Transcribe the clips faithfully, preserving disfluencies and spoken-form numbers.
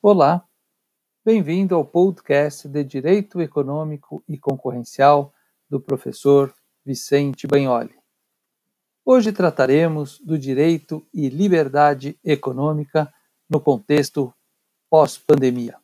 Olá, bem-vindo ao podcast de Direito Econômico e Concorrencial do professor Vicente Bagnoli. Hoje trataremos do direito e liberdade econômica no contexto pós-pandemia.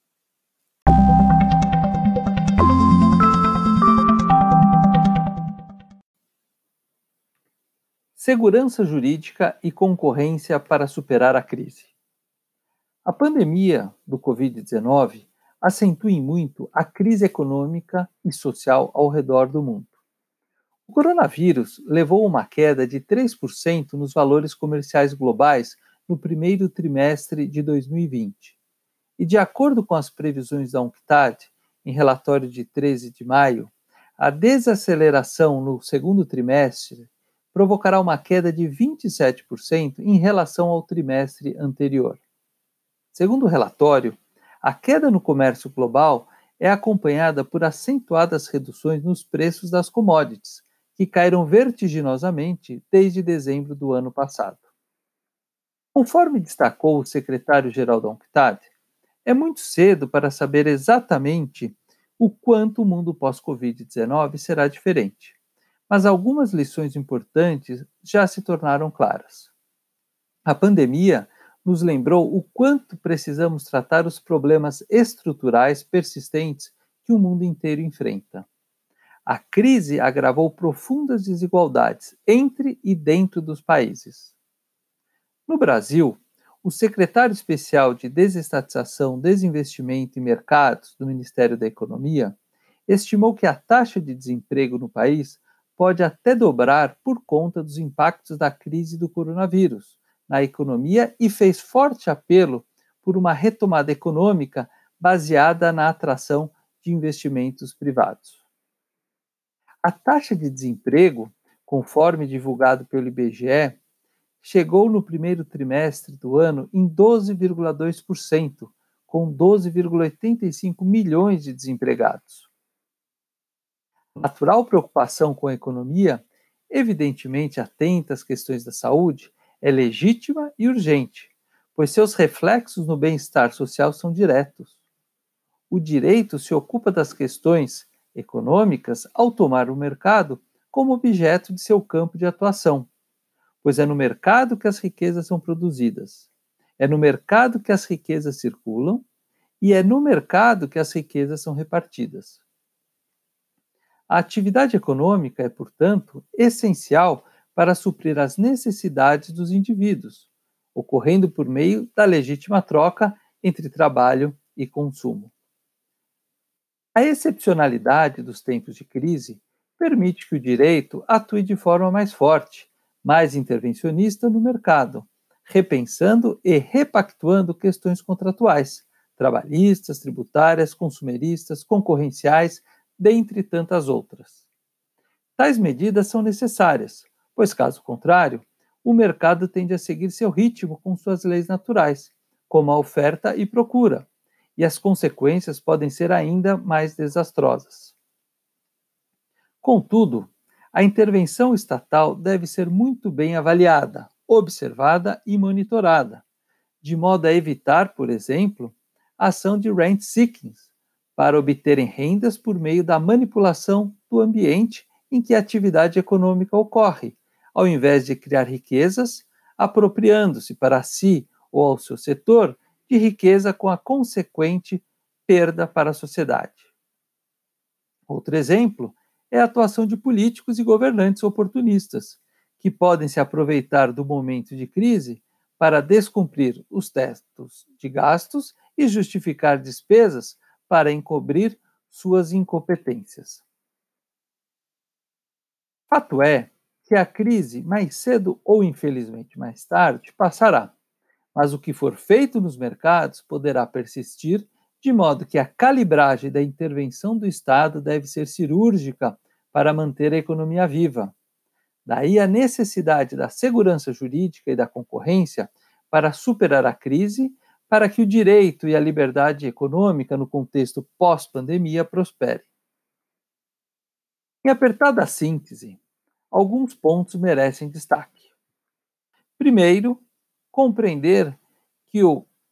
Segurança jurídica e concorrência para superar a crise. A pandemia do covid dezenove acentua em muito a crise econômica e social ao redor do mundo. O coronavírus levou a uma queda de três por cento nos valores comerciais globais no primeiro trimestre de dois mil e vinte. E, de acordo com as previsões da UNCTAD, em relatório de treze de maio, a desaceleração no segundo trimestre provocará uma queda de vinte e sete por cento em relação ao trimestre anterior. Segundo o relatório, a queda no comércio global é acompanhada por acentuadas reduções nos preços das commodities, que caíram vertiginosamente desde dezembro do ano passado. Conforme destacou o secretário-geral da UNCTAD, é muito cedo para saber exatamente o quanto o mundo pós-covid dezenove será diferente, mas algumas lições importantes já se tornaram claras. A pandemia nos lembrou o quanto precisamos tratar os problemas estruturais persistentes que o mundo inteiro enfrenta. A crise agravou profundas desigualdades entre e dentro dos países. No Brasil, o secretário especial de Desestatização, Desinvestimento e Mercados do Ministério da Economia estimou que a taxa de desemprego no país pode até dobrar por conta dos impactos da crise do coronavírus na economia e fez forte apelo por uma retomada econômica baseada na atração de investimentos privados. A taxa de desemprego, conforme divulgado pelo I B G E, chegou no primeiro trimestre do ano em doze vírgula dois por cento, com doze vírgula oitenta e cinco milhões de desempregados. A natural preocupação com a economia, evidentemente atenta às questões da saúde, é legítima e urgente, pois seus reflexos no bem-estar social são diretos. O direito se ocupa das questões econômicas ao tomar o mercado como objeto de seu campo de atuação, pois é no mercado que as riquezas são produzidas, é no mercado que as riquezas circulam e é no mercado que as riquezas são repartidas. A atividade econômica é, portanto, essencial para suprir as necessidades dos indivíduos, ocorrendo por meio da legítima troca entre trabalho e consumo. A excepcionalidade dos tempos de crise permite que o direito atue de forma mais forte, mais intervencionista no mercado, repensando e repactuando questões contratuais, trabalhistas, tributárias, consumeristas, concorrenciais, dentre tantas outras. Tais medidas são necessárias, pois, caso contrário, o mercado tende a seguir seu ritmo com suas leis naturais, como a oferta e procura, e as consequências podem ser ainda mais desastrosas. Contudo, a intervenção estatal deve ser muito bem avaliada, observada e monitorada, de modo a evitar, por exemplo, a ação de rent-seeking, para obterem rendas por meio da manipulação do ambiente em que a atividade econômica ocorre, ao invés de criar riquezas, apropriando-se para si ou ao seu setor de riqueza com a consequente perda para a sociedade. Outro exemplo é a atuação de políticos e governantes oportunistas, que podem se aproveitar do momento de crise para descumprir os tetos de gastos e justificar despesas para encobrir suas incompetências. Fato é que a crise, mais cedo ou infelizmente mais tarde, passará, mas o que for feito nos mercados poderá persistir, de modo que a calibragem da intervenção do Estado deve ser cirúrgica para manter a economia viva. Daí a necessidade da segurança jurídica e da concorrência para superar a crise, para que o direito e a liberdade econômica no contexto pós-pandemia prosperem. Em apertada síntese, alguns pontos merecem destaque. Primeiro, compreender que o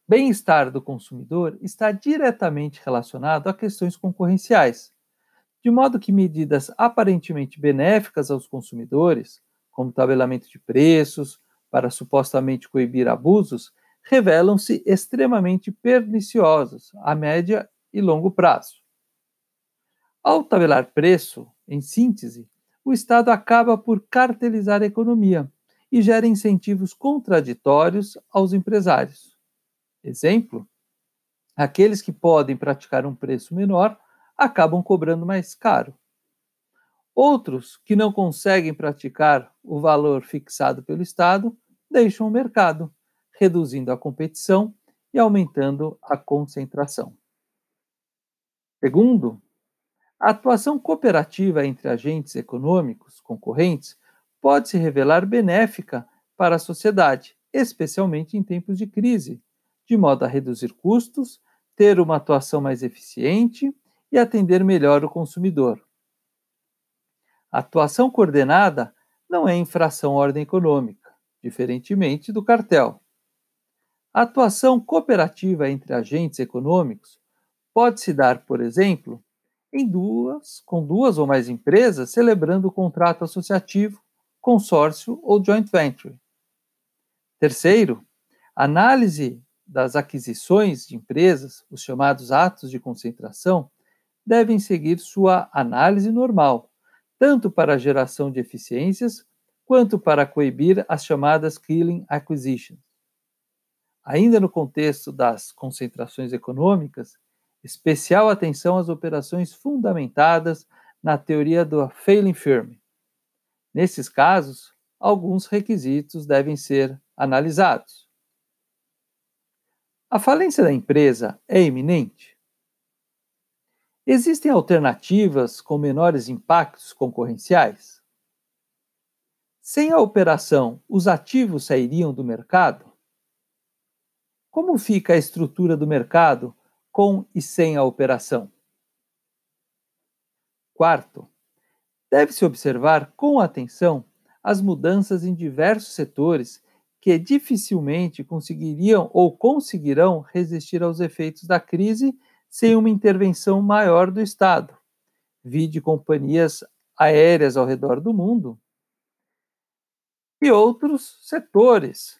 Bem-estar do consumidor está diretamente relacionado a questões concorrenciais, de modo que medidas aparentemente benéficas aos consumidores, como tabelamento de preços, para supostamente coibir abusos, revelam-se extremamente perniciosas a média e longo prazo. Ao tabelar preço, em síntese, o Estado acaba por cartelizar a economia e gera incentivos contraditórios aos empresários. Exemplo: aqueles que podem praticar um preço menor acabam cobrando mais caro. Outros, que não conseguem praticar o valor fixado pelo Estado, deixam o mercado, reduzindo a competição e aumentando a concentração. Segundo, a atuação cooperativa entre agentes econômicos concorrentes pode se revelar benéfica para a sociedade, especialmente em tempos de crise, de modo a reduzir custos, ter uma atuação mais eficiente e atender melhor o consumidor. A atuação coordenada não é infração à ordem econômica, diferentemente do cartel. A atuação cooperativa entre agentes econômicos pode se dar, por exemplo, em duas, com duas ou mais empresas celebrando o contrato associativo, consórcio ou joint venture. Terceiro, a análise das aquisições de empresas, os chamados atos de concentração, devem seguir sua análise normal, tanto para a geração de eficiências, quanto para coibir as chamadas killing acquisitions. Ainda no contexto das concentrações econômicas, especial atenção às operações fundamentadas na teoria do failing firm. Nesses casos, alguns requisitos devem ser analisados. A falência da empresa é iminente? Existem alternativas com menores impactos concorrenciais? Sem a operação, os ativos sairiam do mercado? Como fica a estrutura do mercado com e sem a operação? Quarto, deve-se observar com atenção as mudanças em diversos setores que dificilmente conseguiriam ou conseguirão resistir aos efeitos da crise sem uma intervenção maior do Estado, vide companhias aéreas ao redor do mundo, e outros setores,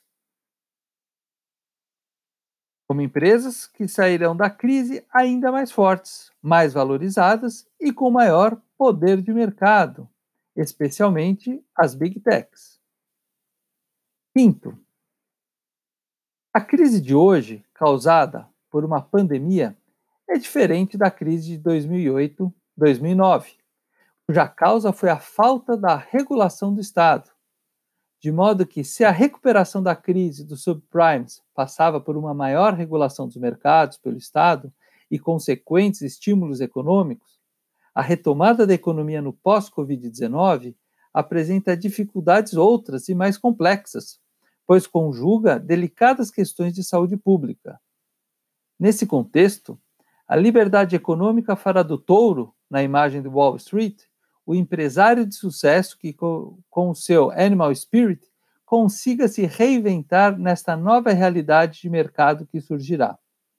como empresas que sairão da crise ainda mais fortes, mais valorizadas e com maior poder de mercado, especialmente as Big Techs. Quinto, a crise de hoje, causada por uma pandemia, é diferente da crise de dois mil e oito, dois mil e nove, cuja causa foi a falta da regulação do Estado. De modo que, se a recuperação da crise dos subprimes passava por uma maior regulação dos mercados pelo Estado e consequentes estímulos econômicos, a retomada da economia no pós-covid dezenove apresenta dificuldades outras e mais complexas, pois conjuga delicadas questões de saúde pública. Nesse contexto, a liberdade econômica fará do touro, na imagem de Wall Street, o empresário de sucesso que, com o seu animal spirit, consiga se reinventar nesta nova realidade de mercado que surgirá.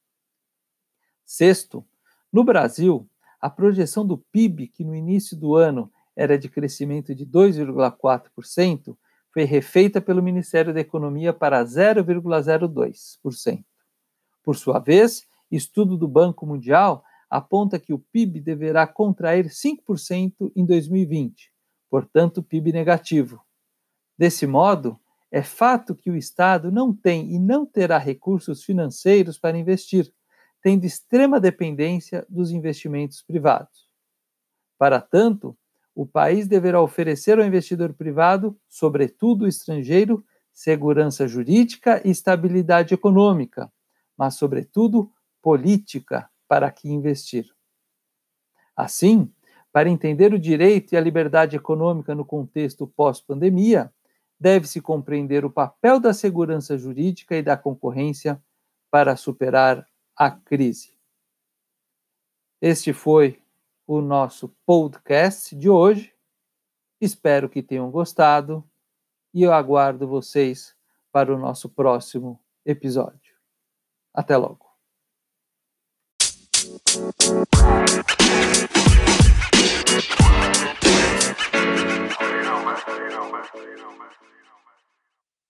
Sexto, no Brasil, a projeção do P I B, que no início do ano era de crescimento de dois vírgula quatro por cento, foi refeita pelo Ministério da Economia para zero vírgula zero dois por cento. Por sua vez, estudo do Banco Mundial aponta que o P I B deverá contrair cinco por cento em dois mil e vinte, portanto, P I B negativo. Desse modo, é fato que o Estado não tem e não terá recursos financeiros para investir, tendo extrema dependência dos investimentos privados. Para tanto, o país deverá oferecer ao investidor privado, sobretudo o estrangeiro, segurança jurídica e estabilidade econômica, mas, sobretudo, política para que investir. Assim, para entender o direito e a liberdade econômica no contexto pós-pandemia, deve-se compreender o papel da segurança jurídica e da concorrência para superar a crise. Este foi o nosso podcast de hoje. Espero que tenham gostado e eu aguardo vocês para o nosso próximo episódio. Até logo.